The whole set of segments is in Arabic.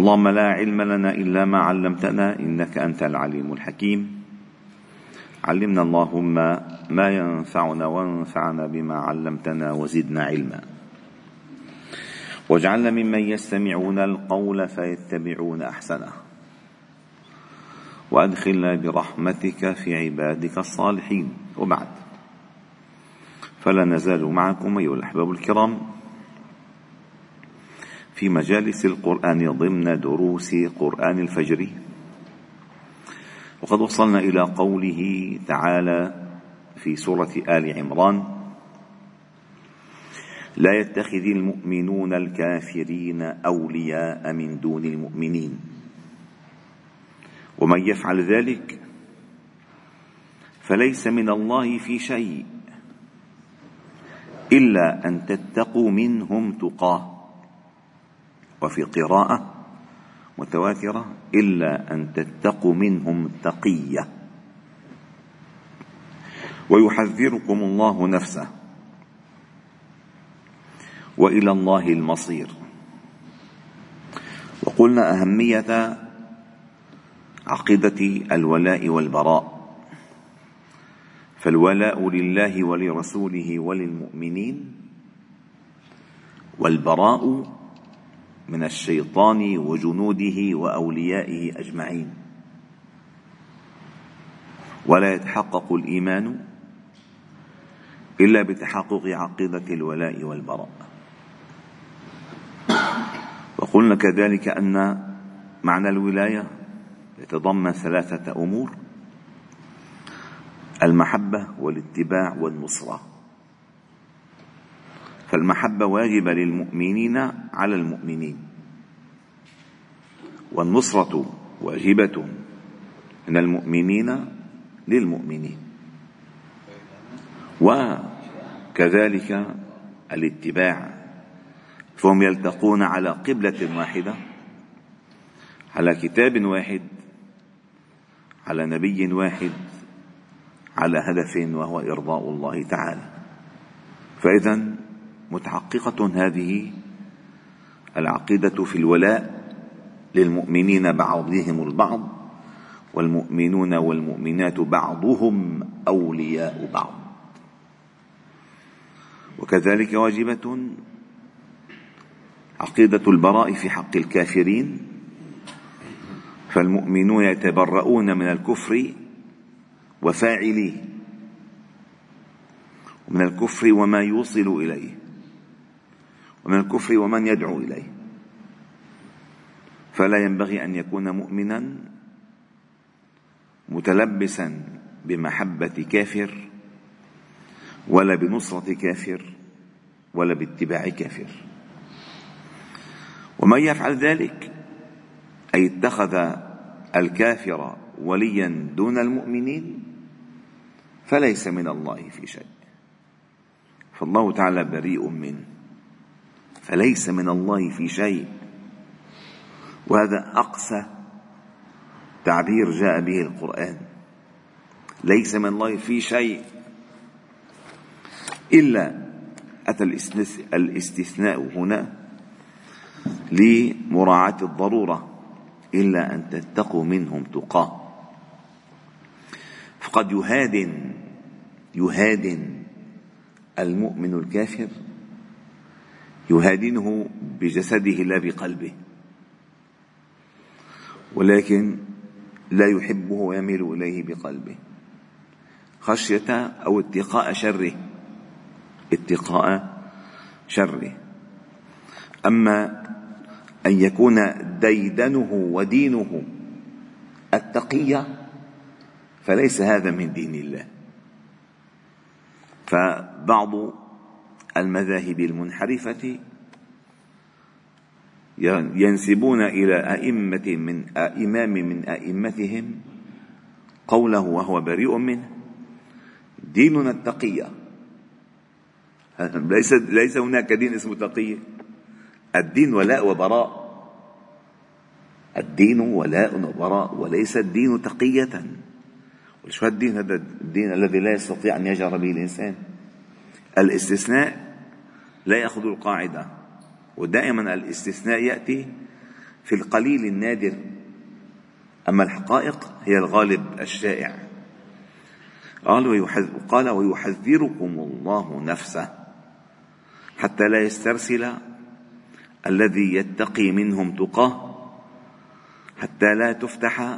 اللهم لا علم لنا إلا ما علمتنا إنك أنت العليم الحكيم. علمنا اللهم ما ينفعنا وانفعنا بما علمتنا وزدنا علما، واجعلنا ممن يستمعون القول فيتبعون أحسنه، وأدخلنا برحمتك في عبادك الصالحين. وبعد، فلا نزال معكم أيها الأحباب الكرام في مجالس القرآن ضمن دروس قرآن الفجر، وقد وصلنا إلى قوله تعالى في سورة آل عمران: لا يتخذ المؤمنون الكافرين أولياء من دون المؤمنين، ومن يفعل ذلك فليس من الله في شيء إلا أن تتقوا منهم تقاه، وفي قراءة متواترة: إلا أن تتقوا منهم تقية، ويحذركم الله نفسه، وإلى الله المصير. وقلنا أهمية عقيدة الولاء والبراء، فالولاء لله ولرسوله وللمؤمنين، والبراء من الشيطان وجنوده وأوليائه أجمعين. ولا يتحقق الإيمان إلا بتحقق عقيدة الولاء والبراء. وقلنا كذلك أن معنى الولاية يتضمن ثلاثة أمور: المحبة والاتباع والنصرة. فالمحبة واجبة للمؤمنين على المؤمنين، والنصرة واجبة من المؤمنين للمؤمنين، وكذلك الاتباع، فهم يلتقون على قبلة واحدة، على كتاب واحد، على نبي واحد، على هدف وهو إرضاء الله تعالى. فإذن متحققة هذه العقيدة في الولاء للمؤمنين بعضهم البعض، والمؤمنون والمؤمنات بعضهم أولياء بعض. وكذلك واجبة عقيدة البراء في حق الكافرين، فالمؤمنون يتبرؤون من الكفر وفاعليه، ومن الكفر وما يوصل إليه، ومن الكفر ومن يدعو إليه. فلا ينبغي أن يكون مؤمنا متلبسا بمحبة كافر، ولا بنصرة كافر، ولا باتباع كافر. ومن يفعل ذلك، أي اتخذ الكافر وليا دون المؤمنين، فليس من الله في شيء، فالله تعالى بريء منه، فليس من الله في شيء. وهذا أقصى تعبير جاء به القرآن: ليس من الله في شيء، إلا أتى الاستثناء هنا لمراعاة الضرورة: إلا أن تتقوا منهم تقاه. فقد يهادن المؤمن الكافر، يهادنه بجسده لا بقلبه، ولكن لا يحبه ويميل إليه بقلبه خشية أو اتقاء شره. أما أن يكون ديدنه ودينه التقية، فليس هذا من دين الله. فبعض المذاهب المنحرفة ينسبون إلى إمام من أئمتهم قوله وهو بريء منه: ديننا التقية. ليس هناك دين اسمه تقية، الدين ولاء وبراء، الدين ولاء وبراء، وليس الدين تقية. شو الدين؟ هذا الدين الذي لا يستطيع أن يجهر به الإنسان. الاستثناء لا يأخذ القاعدة، ودائما الاستثناء يأتي في القليل النادر، أما الحقائق هي الغالب الشائع. قال ويحذركم الله نفسه حتى لا يسترسل الذي يتقي منهم تقاه، حتى لا تفتح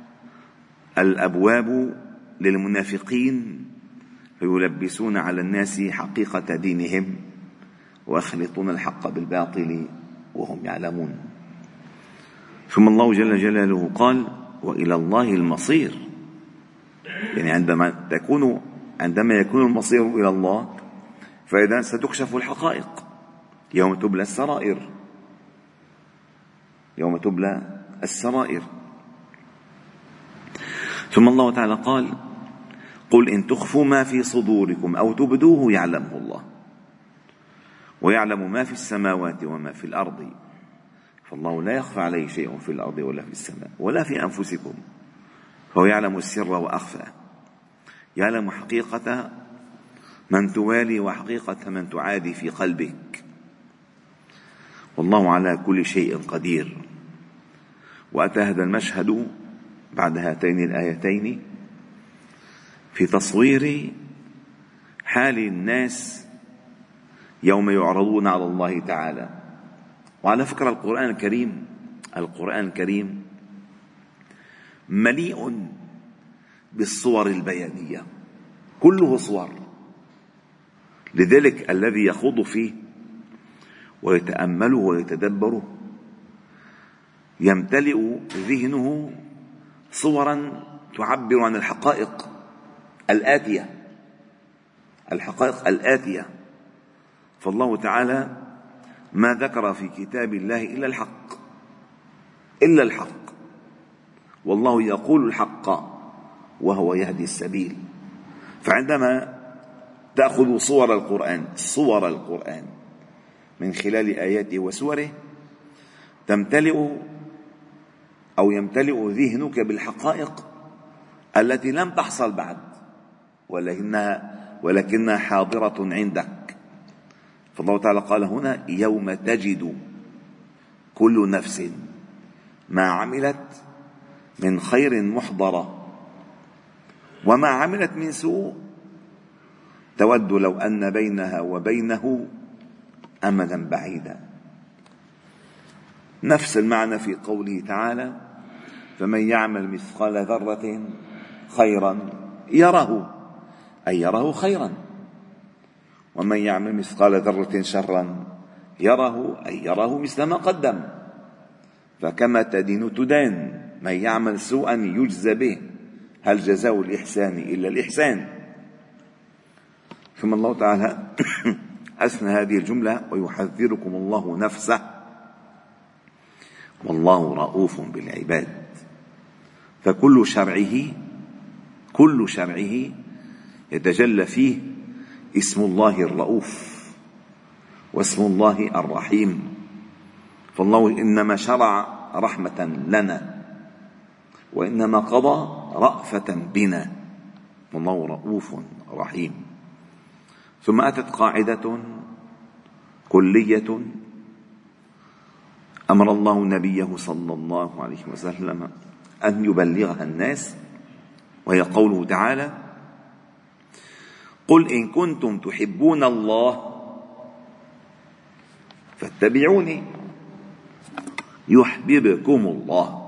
الأبواب للمنافقين فيلبسون على الناس حقيقة دينهم ويخلطون الحق بالباطل وهم يعلمون. ثم الله جل جلاله قال وإلى الله المصير، يعني عندما يكون المصير إلى الله فإذا ستكشف الحقائق يوم تبلى السرائر، يوم تبلى السرائر. ثم الله تعالى قال قل إن تخفوا ما في صدوركم أو تبدوه يعلمه الله ويعلم ما في السماوات وما في الأرض، فالله لا يخفى عليه شيء في الأرض ولا في السماء ولا في أنفسكم، فهو يعلم السر وأخفى، يعلم حقيقة من توالي وحقيقة من تعادي في قلبك، والله على كل شيء قدير. وأتى هذا المشهد بعد هاتين الآيتين في تصوير حال الناس يوم يعرضون على الله تعالى. وعلى فكرة القرآن الكريم مليء بالصور البيانية، كله صور، لذلك الذي يخوض فيه ويتأمله ويتدبره يمتلئ ذهنه صورا تعبر عن الحقائق الآتية. فالله تعالى ما ذكر في كتاب الله إلا الحق، والله يقول الحق وهو يهدي السبيل. فعندما تأخذ صور القرآن من خلال آياته وسوره يمتلئ ذهنك بالحقائق التي لم تحصل بعد ولكنها حاضرة عندك. فالله تعالى قال هنا يوم تجد كل نفس ما عملت من خير محضرة وما عملت من سوء تود لو أن بينها وبينه أمدا بعيدا. نفس المعنى في قوله تعالى فمن يعمل مثقال ذرة خيرا يره، أي يره خيرا، ومن يعمل مثقال ذرة شرا يره، أي يره مثل ما قدم. فكما تدين تدان، من يعمل سوءا يجزى به، هل جزاء الإحسان إلا الإحسان. ثم الله تعالى أثنى هذه الجملة ويحذركم الله نفسه والله رؤوف بالعباد. فكل شرعه يتجلى فيه اسم الله الرؤوف واسم الله الرحيم. فالله إنما شرع رحمة لنا وإنما قضى رأفة بنا، والله رؤوف رحيم. ثم أتت قاعدة كلية أمر الله نبيه صلى الله عليه وسلم أن يبلغها الناس، وهي قوله تعالى قل إن كنتم تحبون الله فاتبعوني يحببكم الله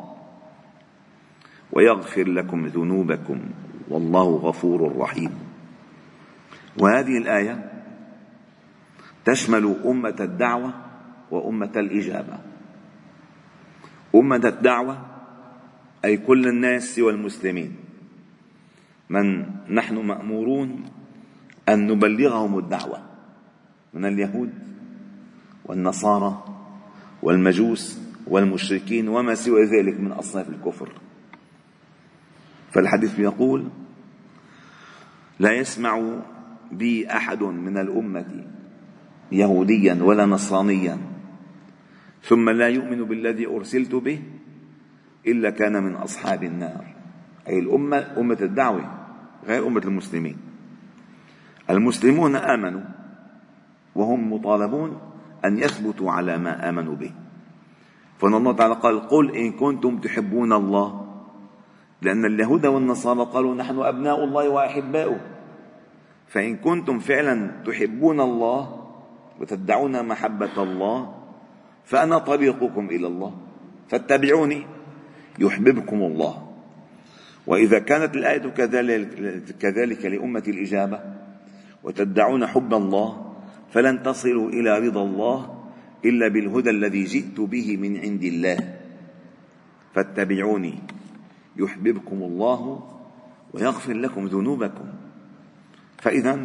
ويغفر لكم ذنوبكم والله غفور رحيم. وهذه الآية تشمل أمة الدعوة وأمة الإجابة. أمة الدعوة أي كل الناس سوى المسلمين، من نحن مأمورون أن نبلغهم الدعوة من اليهود والنصارى والمجوس والمشركين وما سوى ذلك من أصناف الكفر. فالحديث يقول لا يسمع بي أحد من الأمة يهوديا ولا نصرانيا ثم لا يؤمن بالذي أرسلت به إلا كان من أصحاب النار. أي أمة الدعوة غير أمة المسلمين. المسلمون آمنوا وهم مطالبون أن يثبتوا على ما آمنوا به، فإن الله تعالى قال قل إن كنتم تحبون الله، لأن اليهود والنصارى قالوا نحن أبناء الله وأحباؤه. فإن كنتم فعلا تحبون الله وتدعون محبة الله فأنا طريقكم إلى الله، فاتبعوني يحببكم الله. وإذا كانت الآية كذلك لأمة الإجابة وتدعون حب الله فلن تصلوا إلى رضا الله إلا بالهدى الذي جئت به من عند الله، فاتبعوني يحببكم الله ويغفر لكم ذنوبكم. فإذا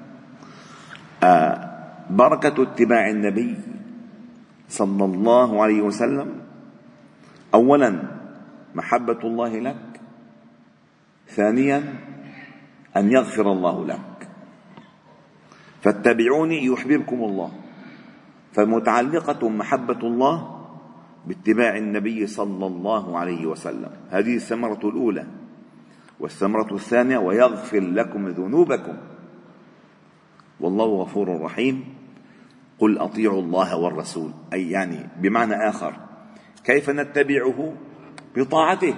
بركة اتباع النبي صلى الله عليه وسلم أولا محبة الله لك، ثانيا أن يغفر الله لك. فاتبعوني يحببكم الله، فمتعلقة محبة الله باتباع النبي صلى الله عليه وسلم، هذه الثمرة الأولى. والثمرة الثانية ويغفر لكم ذنوبكم والله غفور رحيم. قل أطيعوا الله والرسول، أي يعني بمعنى آخر كيف نتبعه؟ بطاعته.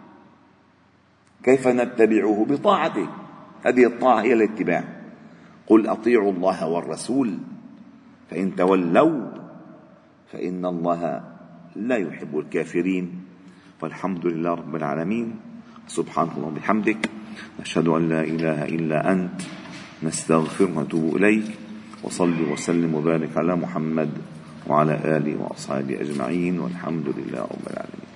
كيف نتبعه؟ بطاعته. هذه الطاعة هي الاتباع. قل أطيعوا الله والرسول فإن تولوا فإن الله لا يحب الكافرين. والحمد لله رب العالمين. سبحانك اللهم وبحمدك، نشهد أن لا إله إلا أنت، نستغفرك ونتوب إليك. وصلي وسلم وبارك على محمد وعلى آله وأصحابه أجمعين، والحمد لله رب العالمين.